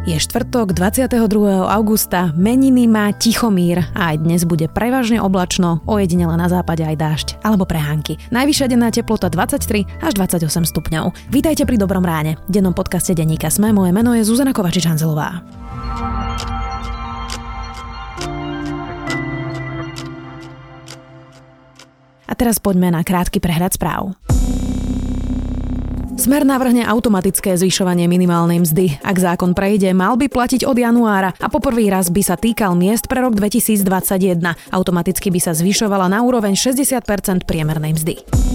Je štvrtok, 22. augusta, meniny má Tichomír a aj dnes bude prevažne oblačno, ojedinele na západe aj dážď alebo prehánky. Najvyššia denná teplota 23 až 28 stupňov. Vítajte pri Dobrom ráne. V dennom podcaste denníka SME. Moje meno je Zuzana Kovačič-Hanzelová. A teraz poďme na krátky prehľad správ. Smer navrhne automatické zvyšovanie minimálnej mzdy. Ak zákon prejde, mal by platiť od januára a po prvý raz by sa týkal miest pre rok 2021. Automaticky by sa zvyšovala na úroveň 60% priemernej mzdy.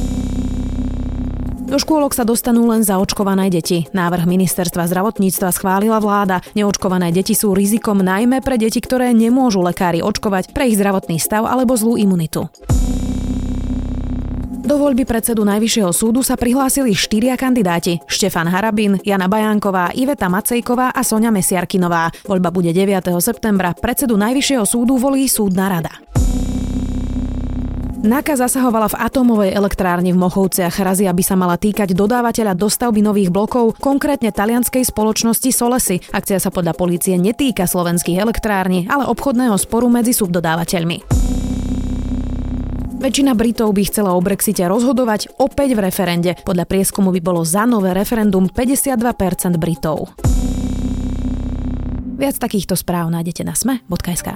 Do škôlok sa dostanú len zaočkované deti. Návrh ministerstva zdravotníctva schválila vláda. Neočkované deti sú rizikom najmä pre deti, ktoré nemôžu lekári očkovať pre ich zdravotný stav alebo zlú imunitu. Do voľby predsedu Najvyššieho súdu sa prihlásili 4 kandidáti. Štefan Harabin, Jana Bajánková, Iveta Macejková a Soňa Mesiarkinová. Voľba bude 9. septembra. Predsedu Najvyššieho súdu volí súdna rada. NAKA zasahovala v atómovej elektrárni v Mochovciach. Razia by sa mala týkať dodávateľa dostavby nových blokov, konkrétne talianskej spoločnosti Solesy. Akcia sa podľa polície netýka slovenských elektrární, ale obchodného sporu medzi subdodávateľmi. Väčšina Britov by chcela o Brexite rozhodovať opäť v referende. Podľa prieskumu by bolo za nové referendum 52% Britov. Viac takýchto správ nájdete na sme.sk.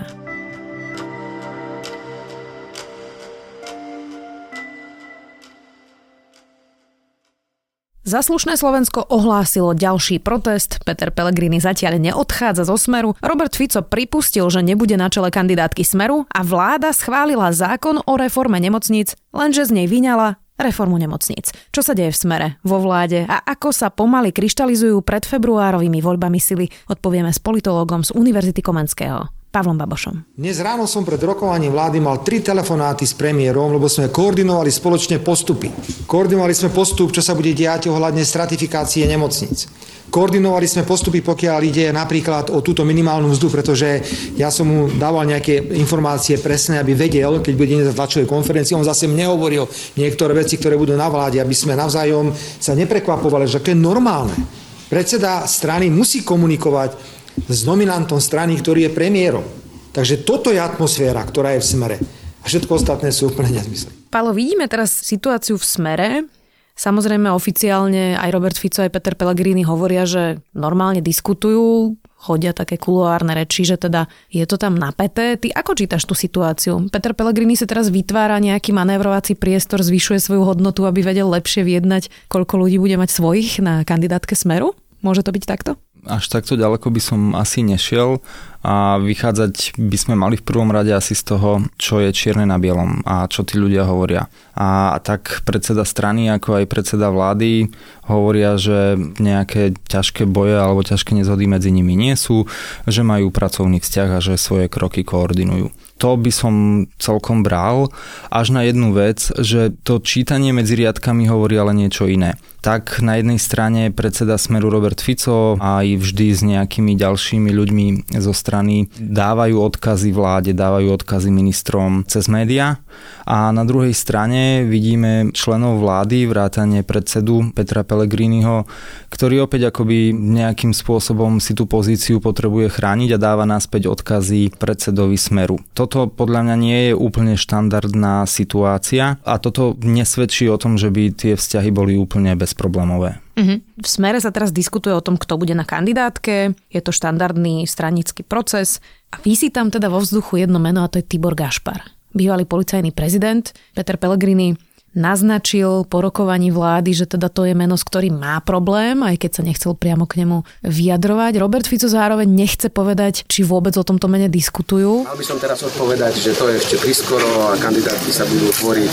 Za slušné Slovensko ohlásilo ďalší protest. Peter Pellegrini zatiaľ neodchádza zo Smeru. Robert Fico pripustil, že nebude na čele kandidátky Smeru a vláda schválila zákon o reforme nemocníc, lenže z nej vyňala reformu nemocníc. Čo sa deje v Smere, vo vláde a ako sa pomaly kryštalizujú pred februárovými voľbami sily, odpovieme s politológom z Univerzity Komenského, Pavlom Babošom. Dnes ráno som pred rokovaním vlády mal 3 telefonáty s premiérom, lebo sme koordinovali spoločne postupy. Koordinovali sme postup, čo sa bude diať ohľadne stratifikácie nemocníc. Koordinovali sme postupy, pokiaľ ide napríklad o túto minimálnu mzdu, pretože ja som mu dával nejaké informácie presné, aby vedel, keď bude na tlačovej konferencii, on zase mne hovoril niektoré veci, ktoré budú na vláde, aby sme navzájom sa neprekvapovali, že to je normálne. Predseda strany musí komunikovať s nominantom strany, ktorý je premiérom. Takže toto je atmosféra, ktorá je v Smere. A všetko ostatné sú úplne nezmysly. Pálo, vidíme teraz situáciu v Smere. Samozrejme oficiálne aj Robert Fico, aj Peter Pellegrini hovoria, že normálne diskutujú, chodia také kuloárne reči, že teda je to tam napäté. Ty ako čítaš tú situáciu? Peter Pellegrini sa teraz vytvára nejaký manévrovací priestor, zvyšuje svoju hodnotu, aby vedel lepšie vyjednať, koľko ľudí bude mať svojich na kandidátke Smeru? Môže to byť takto? Až takto ďaleko by som asi nešiel a vychádzať by sme mali v prvom rade asi z toho, čo je čierne na bielom a čo tí ľudia hovoria. A tak predseda strany, ako aj predseda vlády hovoria, že nejaké ťažké boje alebo ťažké nezhody medzi nimi nie sú, že majú pracovný vzťah a že svoje kroky koordinujú. To by som celkom bral až na jednu vec, že to čítanie medzi riadkami hovorí ale niečo iné. Tak na jednej strane predseda Smeru Robert Fico aj vždy s nejakými ďalšími ľuďmi zo strany dávajú odkazy vláde, dávajú odkazy ministrom cez médiá a na druhej strane vidíme členov vlády, vrátane predsedu Petra Pellegriniho, ktorý opäť akoby nejakým spôsobom si tú pozíciu potrebuje chrániť a dáva naspäť odkazy predsedovi Smeru. Toto podľa mňa nie je úplne štandardná situácia a toto nesvedčí o tom, že by tie vzťahy boli úplne bezproblémové. V Smere sa teraz diskutuje o tom, kto bude na kandidátke. Je to štandardný stranický proces a visí tam teda vo vzduchu jedno meno a to je Tibor Gašpar. Bývalý policajný prezident Peter Pellegrini naznačil po rokovaní vlády, že teda to je meno, s ktorým má problém, aj keď sa nechcel priamo k nemu vyjadrovať. Robert Fico zároveň nechce povedať, či vôbec o tomto mene diskutujú. Mal by som teraz odpovedať, že to je ešte priskoro a kandidátky sa budú tvoriť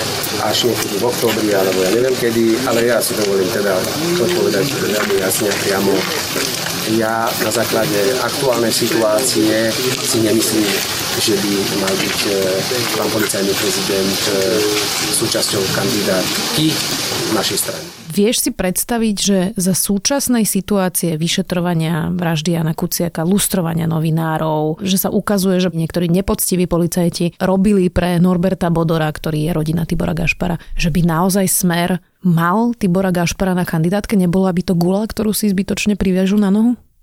až niekedy v októbri, alebo ja neviem kedy, ale ja si dovolím teda odpovedať veľmi jasne a priamo. Ja na základe aktuálnej situácie si nemyslím, že by mal byť pán policajný prezident súčasťou kandidátky našej strany. Vieš si predstaviť, že za súčasnej situácie vyšetrovania vraždy Jana Kuciaka, lustrovania novinárov, že sa ukazuje, že niektorí nepoctiví policajti robili pre Norberta Bodora, ktorý je rodina Tibora Gašpara, že by naozaj Smer mal Tibora Gašpara na kandidátke? Nebola by to guľa, ktorú si zbytočne priviažu na nohu?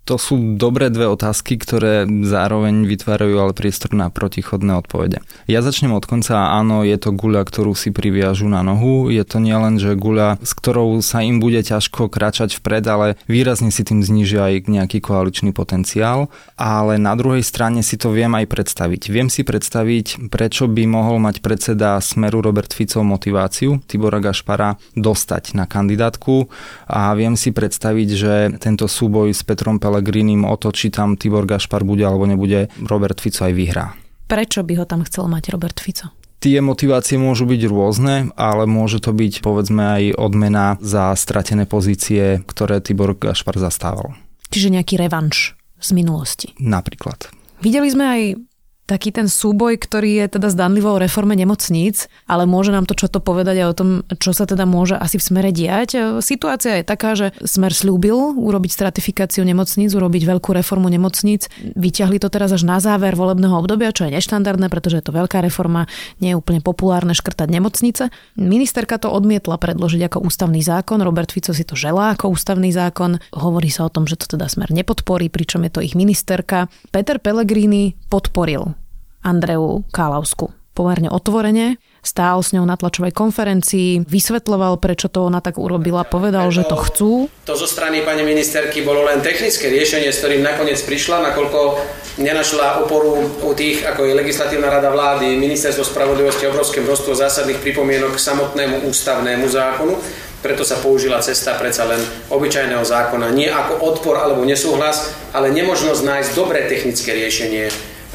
To sú dobré dve otázky, ktoré zároveň vytvárajú ale priestor na protichodné odpovede. Ja začnem od konca. Áno, je to guľa, ktorú si priviažu na nohu. Je to nielen, že guľa, s ktorou sa im bude ťažko kráčať vpred, ale výrazne si tým znížia aj nejaký koaličný potenciál. Ale na druhej strane si to viem aj predstaviť. Viem si predstaviť, prečo by mohol mať predseda Smeru Robert Fico motiváciu Tibora Gašpara dostať na kandidátku a viem si predstaviť, že tento súboj s Petrom Pellegrinim o to, či tam Tibor Gašpar bude alebo nebude, Robert Fico aj vyhrá. Prečo by ho tam chcel mať Robert Fico? Tie motivácie môžu byť rôzne, ale môže to byť povedzme aj odmena za stratené pozície, ktoré Tibor Gašpar zastával. Čiže nejaký revanš z minulosti. Napríklad. Videli sme aj taký ten súboj, ktorý je teda zdanlivo o reforme nemocníc, ale môže nám to čo to povedať aj o tom, čo sa teda môže asi v Smere diať. Situácia je taká, že Smer sľúbil urobiť stratifikáciu nemocníc, urobiť veľkú reformu nemocníc. Vyťahli to teraz až na záver volebného obdobia, čo je neštandardné, pretože je to veľká reforma, nie je úplne populárne škrtať nemocnice. Ministerka to odmietla predložiť ako ústavný zákon, Robert Fico si to želá ako ústavný zákon. Hovorí sa o tom, že to teda Smer nepodporí, pričom je to ich ministerka. Peter Pellegrini podporil Andreu Kalausku pomerne otvorene, stál s ňou na tlačovej konferencii, vysvetľoval, prečo to ona tak urobila, povedal, že to chcú. To zo strany pani ministerky bolo len technické riešenie, s ktorým nakoniec prišla, nakoľko nenašla oporu u tých, ako je Legislatívna rada vlády, Ministerstvo spravodlivosti, obrovské množstvo zásadných pripomienok k samotnému ústavnému zákonu. Preto sa použila cesta predsa len obyčajného zákona. Nie ako odpor alebo nesúhlas, ale nemožnosť nájsť dobré technické riešenie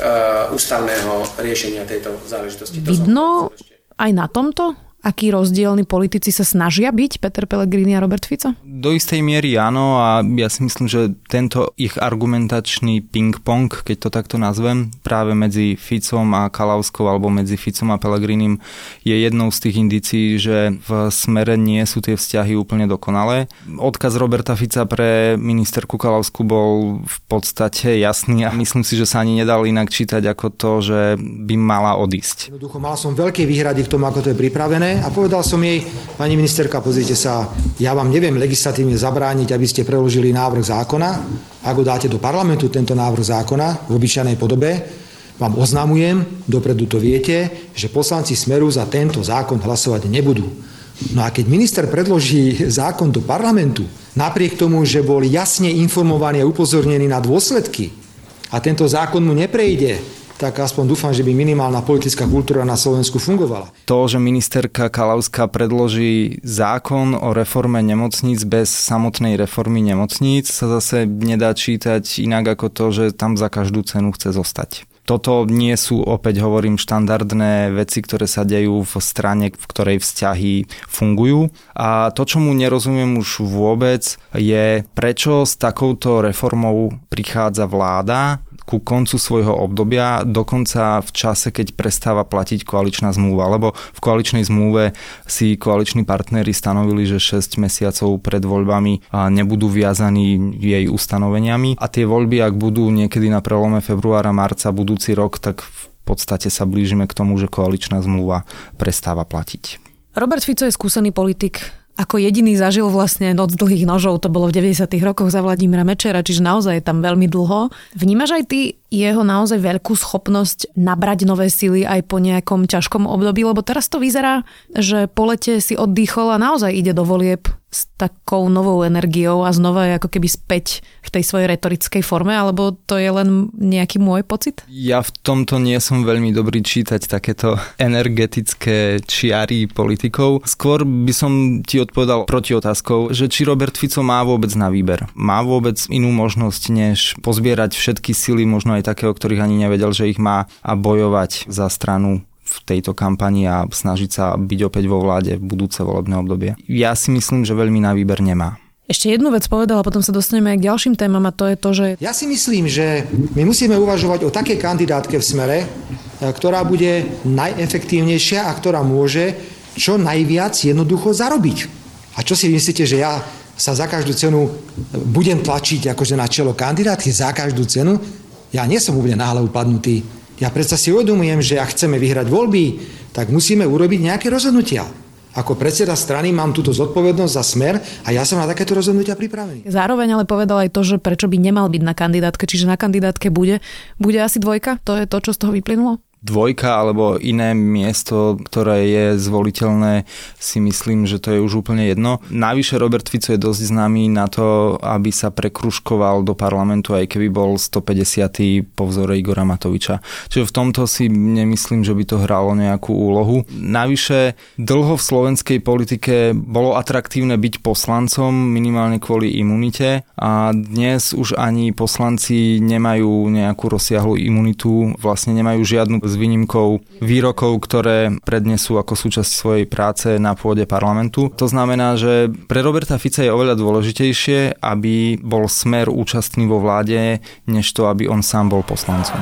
ústavného riešenia tejto záležitosti. Vidno aj na tomto, akí rozdielni politici sa snažia byť, Peter Pellegrini a Robert Fico? Do istej miery áno a ja si myslím, že tento ich argumentačný ping-pong, keď to takto nazvem, práve medzi Ficom a Kalauskou alebo medzi Ficom a Pellegrinim je jednou z tých indícií, že v Smere nie sú tie vzťahy úplne dokonalé. Odkaz Roberta Fica pre ministerku Kalausku bol v podstate jasný a myslím si, že sa ani nedal inak čítať ako to, že by mala odísť. Jednoducho mal som veľké výhrady k tomu, ako to je pripravené. A povedal som jej, pani ministerka, pozrite sa, ja vám neviem legislatívne zabrániť, aby ste preložili návrh zákona. Ak ho dáte do parlamentu, tento návrh zákona v obyčajnej podobe, vám oznamujem, dopredu to viete, že poslanci Smeru za tento zákon hlasovať nebudú. No a keď minister predloží zákon do parlamentu, napriek tomu, že bol jasne informovaný a upozornený na dôsledky a tento zákon mu neprejde, tak aspoň dúfam, že by minimálna politická kultúra na Slovensku fungovala. To, že ministerka Kalauská predloží zákon o reforme nemocníc bez samotnej reformy nemocníc, sa zase nedá čítať inak ako to, že tam za každú cenu chce zostať. Toto nie sú, opäť hovorím, štandardné veci, ktoré sa dejú v strane, v ktorej vzťahy fungujú. A to, čomu nerozumiem už vôbec, je, prečo s takouto reformou prichádza vláda ku koncu svojho obdobia, dokonca v čase, keď prestáva platiť koaličná zmluva, lebo v koaličnej zmluve si koaliční partneri stanovili, že 6 mesiacov pred voľbami nebudú viazaní jej ustanoveniami a tie voľby, ak budú niekedy na prelome februára, marca budúci rok, tak v podstate sa blížime k tomu, že koaličná zmluva prestáva platiť. Robert Fico je skúsený politik. Ako jediný zažil vlastne noc dlhých nožov, to bolo v 90. rokoch za Vladimíra Mečera, čiže naozaj je tam veľmi dlho. Vnímaš aj ty jeho naozaj veľkú schopnosť nabrať nové sily aj po nejakom ťažkom období, lebo teraz to vyzerá, že po lete si oddychol a naozaj ide do volieb s takou novou energiou a znova je ako keby späť v tej svojej retorickej forme, alebo to je len nejaký môj pocit? Ja v tomto nie som veľmi dobrý čítať takéto energetické čiary politikov. Skôr by som ti odpovedal proti otázkou, že či Robert Fico má vôbec na výber. Má vôbec inú možnosť, než pozbierať všetky sily, možno aj také, o ktorých ani nevedel, že ich má, a bojovať za stranu v tejto kampani a snažiť sa byť opäť vo vláde v budúce volebné obdobie. Ja si myslím, že veľmi na výber nemá. Ešte jednu vec povedal a potom sa dostaneme aj k ďalším témam a to je to, že... Ja si myslím, že my musíme uvažovať o takej kandidátke v Smere, ktorá bude najefektívnejšia a ktorá môže čo najviac jednoducho zarobiť. A čo si myslíte, že ja sa za každú cenu budem tlačiť akože na čelo kandidátky za každú cenu? Ja nie som úplne na hlavu padnutý. Ja predsa si uvedomujem, že ak chceme vyhrať voľby, tak musíme urobiť nejaké rozhodnutia. Ako predseda strany mám túto zodpovednosť za Smer a ja som na takéto rozhodnutia pripravený. Zároveň ale povedal aj to, že prečo by nemal byť na kandidátke, čiže na kandidátke bude asi 2? To je to, čo z toho vyplynulo? 2 alebo iné miesto, ktoré je zvoliteľné, si myslím, že to je už úplne jedno. Navyše Robert Fico je dosť známy na to, aby sa prekružkoval do parlamentu, aj keby bol 150. po vzore Igora Matoviča. Čiže v tomto si nemyslím, že by to hralo nejakú úlohu. Navyše dlho v slovenskej politike bolo atraktívne byť poslancom, minimálne kvôli imunite, a dnes už ani poslanci nemajú nejakú rozsiahlu imunitu, vlastne nemajú žiadnu, s výnimkou výrokov, ktoré prednesú ako súčasť svojej práce na pôde parlamentu. To znamená, že pre Roberta Fica je oveľa dôležitejšie, aby bol Smer účastný vo vláde, než to, aby on sám bol poslancom.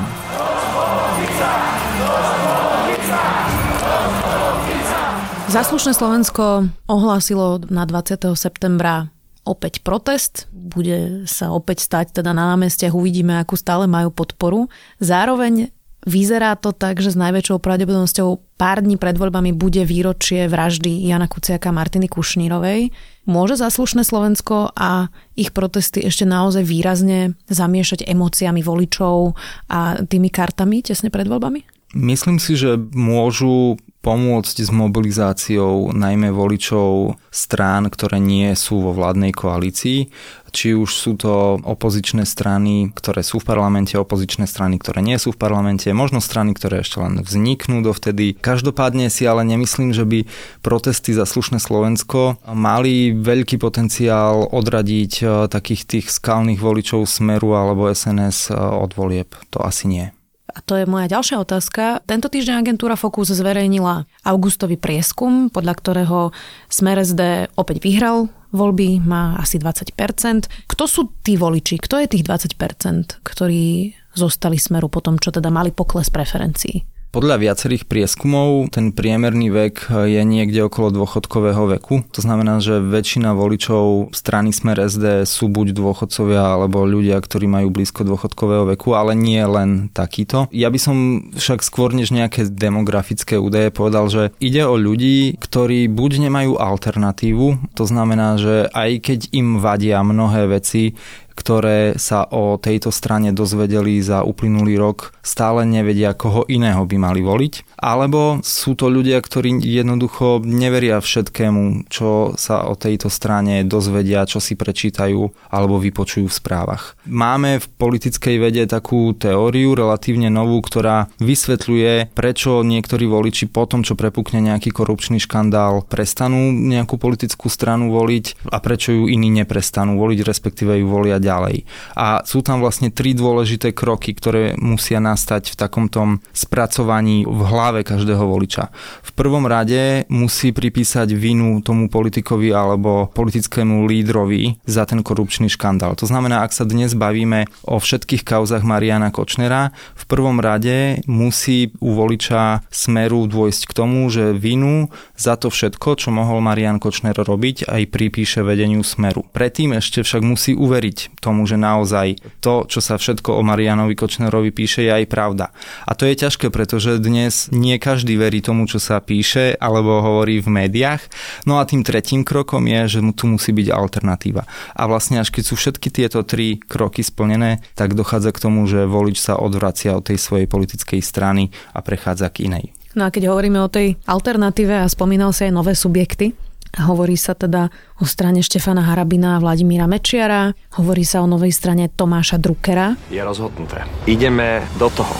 Zaslušné Slovensko ohlásilo na 20. septembra opäť protest. Bude sa opäť stať teda na námestiach, uvidíme, akú stále majú podporu. Zároveň vyzerá to tak, že s najväčšou pravdepodobnosťou pár dní pred voľbami bude výročie vraždy Jana Kuciaka a Martiny Kušnírovej. Môže Zaslušné Slovensko a ich protesty ešte naozaj výrazne zamiešať emóciami voličov a tými kartami tesne pred voľbami? Myslím si, že môžu pomôcť s mobilizáciou najmä voličov strán, ktoré nie sú vo vládnej koalícii. Či už sú to opozičné strany, ktoré sú v parlamente, opozičné strany, ktoré nie sú v parlamente, možno strany, ktoré ešte len vzniknú dovtedy. Každopádne si ale nemyslím, že by protesty za Slušné Slovensko mali veľký potenciál odradiť takých tých skalných voličov Smeru alebo SNS od volieb. To asi nie. A to je moja ďalšia otázka. Tento týždeň agentúra Focus zverejnila augustový prieskum, podľa ktorého Smer SD opäť vyhral voľby, má asi 20%. Kto sú tí voliči? Kto je tých 20%, ktorí zostali Smeru po tom, čo teda mali pokles preferencií? Podľa viacerých prieskumov ten priemerný vek je niekde okolo dôchodkového veku. To znamená, že väčšina voličov strany Smer SD sú buď dôchodcovia alebo ľudia, ktorí majú blízko dôchodkového veku, ale nie len takýto. Ja by som však skôr než nejaké demografické údaje povedal, že ide o ľudí, ktorí buď nemajú alternatívu, to znamená, že aj keď im vadia mnohé veci, ktoré sa o tejto strane dozvedeli za uplynulý rok, stále nevedia, koho iného by mali voliť. Alebo sú to ľudia, ktorí jednoducho neveria všetkému, čo sa o tejto strane dozvedia, čo si prečítajú alebo vypočujú v správach. Máme v politickej vede takú teóriu, relatívne novú, ktorá vysvetľuje, prečo niektorí voliči po tom, čo prepukne nejaký korupčný škandál, prestanú nejakú politickú stranu voliť a prečo ju iní neprestanú voliť, respektíve ju volia ďalej. A sú tam vlastne 3 dôležité kroky, ktoré musia nastať v takomto spracovaní v hlave každého voliča. V prvom rade musí pripísať vinu tomu politikovi alebo politickému lídrovi za ten korupčný škandál. To znamená, ak sa dnes bavíme o všetkých kauzách Mariana Kočnera, v prvom rade musí u voliča Smeru dôjsť k tomu, že vinu za to všetko, čo mohol Marian Kočner robiť, aj pripíše vedeniu Smeru. Predtým ešte však musí uveriť tomu, že naozaj to, čo sa všetko o Marianovi Kočnerovi píše, je aj pravda. A to je ťažké, pretože dnes nie každý verí tomu, čo sa píše alebo hovorí v médiách. No a tým tretím krokom je, že tu musí byť alternatíva. A vlastne až keď sú všetky tieto 3 kroky splnené, tak dochádza k tomu, že volič sa odvracia od tej svojej politickej strany a prechádza k inej. No a keď hovoríme o tej alternatíve a spomínal sa aj nové subjekty, hovorí sa teda o strane Štefana Harabina a Vladimíra Mečiara, hovorí sa o novej strane Tomáša Druckera. Je rozhodnuté. Ideme do toho.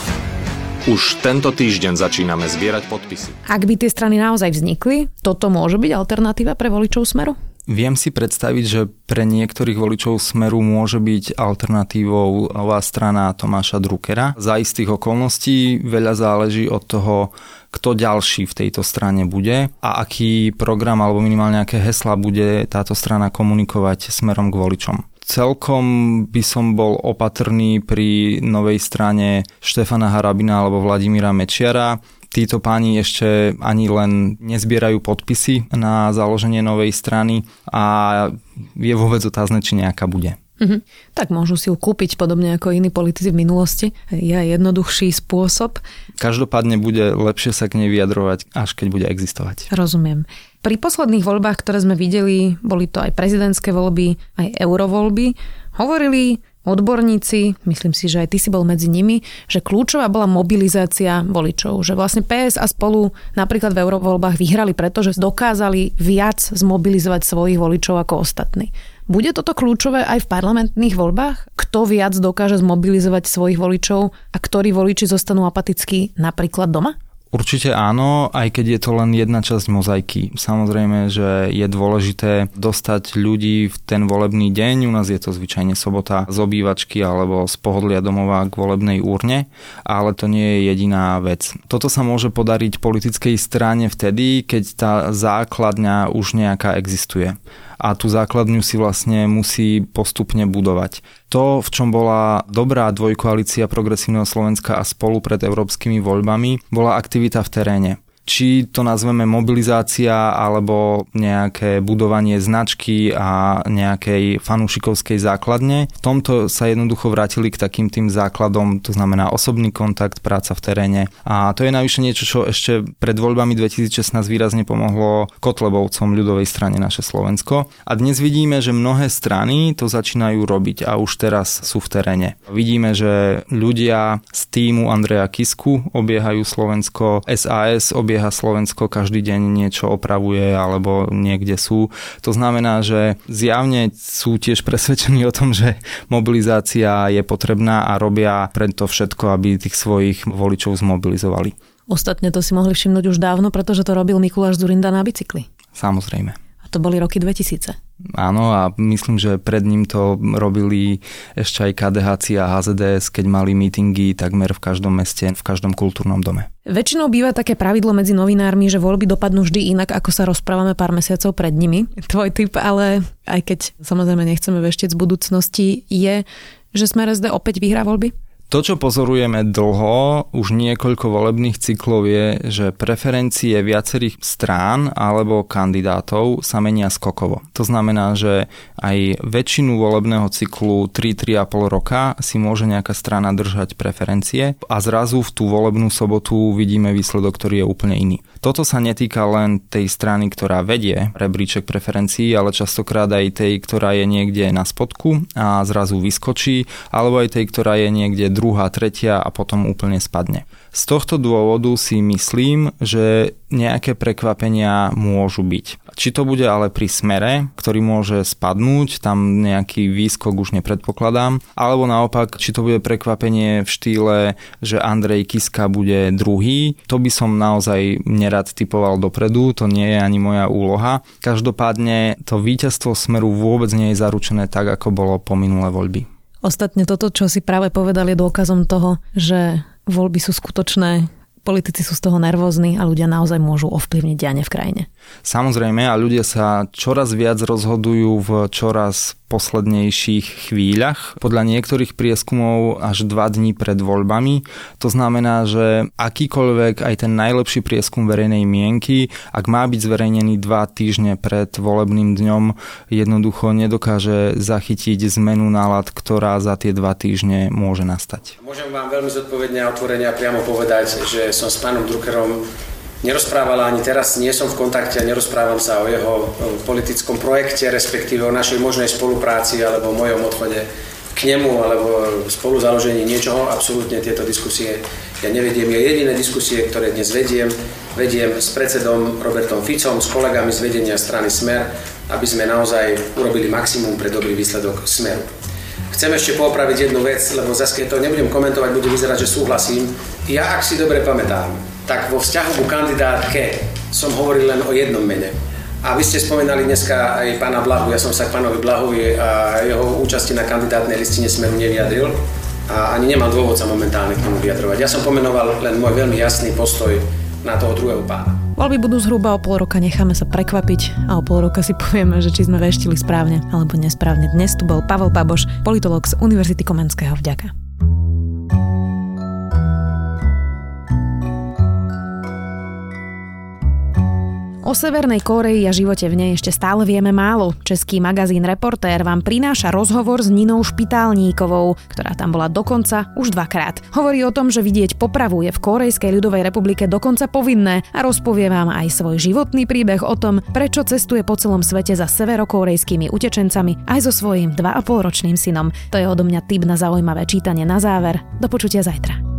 Už tento týždeň začíname zbierať podpisy. Ak by tie strany naozaj vznikli, toto môže byť alternatíva pre voličov Smeru? Viem si predstaviť, že pre niektorých voličov Smeru môže byť alternatívou nová strana Tomáša Druckera. Za istých okolností veľa záleží od toho, kto ďalší v tejto strane bude a aký program alebo minimálne aké heslá bude táto strana komunikovať smerom k voličom. Celkom by som bol opatrný pri novej strane Štefana Harabina alebo Vladimíra Mečiara. Títo páni ešte ani len nezbierajú podpisy na založenie novej strany a je vôbec otázne, či nejaká bude. Tak môžu si ju kúpiť podobne ako iní politici v minulosti. Je jednoduchší spôsob. Každopádne bude lepšie sa k nej vyjadrovať, až keď bude existovať. Rozumiem. Pri posledných voľbách, ktoré sme videli, boli to aj prezidentské voľby, aj eurovoľby, hovorili odborníci, myslím si, že aj ty si bol medzi nimi, že kľúčová bola mobilizácia voličov, že vlastne PS a Spolu napríklad v eurovoľbách vyhrali, pretože dokázali viac zmobilizovať svojich voličov ako ostatní. Bude toto kľúčové aj v parlamentných voľbách? Kto viac dokáže zmobilizovať svojich voličov a ktorí voliči zostanú apatickí napríklad doma? Určite áno, aj keď je to len jedna časť mozaiky. Samozrejme, že je dôležité dostať ľudí v ten volebný deň, u nás je to zvyčajne sobota, z obývačky alebo z pohodlia domova k volebnej úrne, ale to nie je jediná vec. Toto sa môže podariť politickej strane vtedy, keď tá základňa už nejaká existuje. A tú základňu si vlastne musí postupne budovať. To, v čom bola dobrá dvojkoalícia Progresívneho Slovenska a Spolu pred európskymi voľbami, bola aktivita v teréne. Či to nazveme mobilizácia alebo nejaké budovanie značky a nejakej fanúšikovskej základne. V tomto sa jednoducho vrátili k takým tým základom, to znamená osobný kontakt, práca v teréne. A to je navyše niečo, čo ešte pred voľbami 2016 výrazne pomohlo Kotlebovcom, ľudovej strane Naše Slovensko. A dnes vidíme, že mnohé strany to začínajú robiť a už teraz sú v teréne. Vidíme, že ľudia z tímu Andreja Kisku obiehajú Slovensko, SAS obieha Slovensko, každý deň niečo opravuje alebo niekde sú. To znamená, že zjavne sú tiež presvedčení o tom, že mobilizácia je potrebná a robia preto všetko, aby tých svojich voličov zmobilizovali. Ostatne to si mohli všimnúť už dávno, pretože to robil Mikuláš Dzurinda na bicykli. Samozrejme. A to boli roky 2000. Áno, a myslím, že pred ním to robili ešte aj KDH a HZDS, keď mali mítingy takmer v každom meste, v každom kultúrnom dome. Väčšinou býva také pravidlo medzi novinármi, že voľby dopadnú vždy inak, ako sa rozprávame pár mesiacov pred nimi. Tvoj tip, ale aj keď samozrejme nechceme veštieť z budúcnosti, je, že Smer SD opäť vyhrá voľby? To, čo pozorujeme dlho, už niekoľko volebných cyklov je, že preferencie viacerých strán alebo kandidátov sa menia skokovo. To znamená, že aj väčšinu volebného cyklu 3,5 roka si môže nejaká strana držať preferencie a zrazu v tú volebnú sobotu vidíme výsledok, ktorý je úplne iný. Toto sa netýka len tej strany, ktorá vedie rebríček preferencií, ale častokrát aj tej, ktorá je niekde na spodku a zrazu vyskočí, alebo aj tej, ktorá je niekde druhá, tretia a potom úplne spadne. Z tohto dôvodu si myslím, že nejaké prekvapenia môžu byť. Či to bude ale pri Smere, ktorý môže spadnúť, tam nejaký výskok už nepredpokladám, alebo naopak, či to bude prekvapenie v štýle, že Andrej Kiska bude druhý, to by som naozaj nerad typoval dopredu, to nie je ani moja úloha. Každopádne to víťazstvo Smeru vôbec nie je zaručené tak, ako bolo po minulé voľby. Ostatne toto, čo si práve povedal, je dôkazom toho, že voľby sú skutočné, politici sú z toho nervózni a ľudia naozaj môžu ovplyvniť dianie v krajine. Samozrejme, a ľudia sa čoraz viac rozhodujú v čoraz poslednejších chvíľach. Podľa niektorých prieskumov až 2 dní pred voľbami. To znamená, že akýkoľvek aj ten najlepší prieskum verejnej mienky, ak má byť zverejnený 2 týždne pred volebným dňom, jednoducho nedokáže zachytiť zmenu nálad, ktorá za tie 2 týždne môže nastať. Môžem vám veľmi zodpovedne a otvorene a priamo povedať, že som s pánom Druckerom nerozprával ani teraz, nie som v kontakte a nerozprávam sa o jeho politickom projekte, respektíve o našej možnej spolupráci alebo o mojom odchode k nemu alebo spolu založení niečoho. Absolútne tieto diskusie ja nevediem. Je jediné diskusie, ktoré dnes vediem s predsedom Robertom Ficom, s kolegami z vedenia strany Smer, aby sme naozaj urobili maximum pre dobrý výsledok Smeru. Chcem ešte poopraviť jednu vec, lebo zase keď to nebudem komentovať, bude vyzerať, že súhlasím. Ja, ak si dobre pamätám, tak vo vzťahu ku kandidátke som hovoril len o jednom mene. A vy ste spomenali dneska aj pána Blahu, ja som sa k pánovi Blahovi a jeho účasti na kandidátnej listine Smeru nevyjadril a ani nemám dôvod sa momentálne k tomu vyjadrovať. Ja som pomenoval len môj veľmi jasný postoj na toho druhého pána. Voľby budú zhruba o pol roka, necháme sa prekvapiť a o pol roka si povieme, že či sme veštili správne alebo nesprávne. Dnes tu bol Pavel Baboš, politológ z Univerzity Komenského. Vďaka. O Severnej Kórei a živote v nej ešte stále vieme málo. Český magazín Reportér vám prináša rozhovor s Ninou Špitálníkovou, ktorá tam bola dokonca už 2-krát. Hovorí o tom, že vidieť popravu je v Kórejskej ľudovej republike dokonca povinné a rozpovie vám aj svoj životný príbeh o tom, prečo cestuje po celom svete za severokórejskými utečencami aj so svojím 2,5-ročným synom. To je odo mňa tip na zaujímavé čítanie na záver. Do počutia zajtra.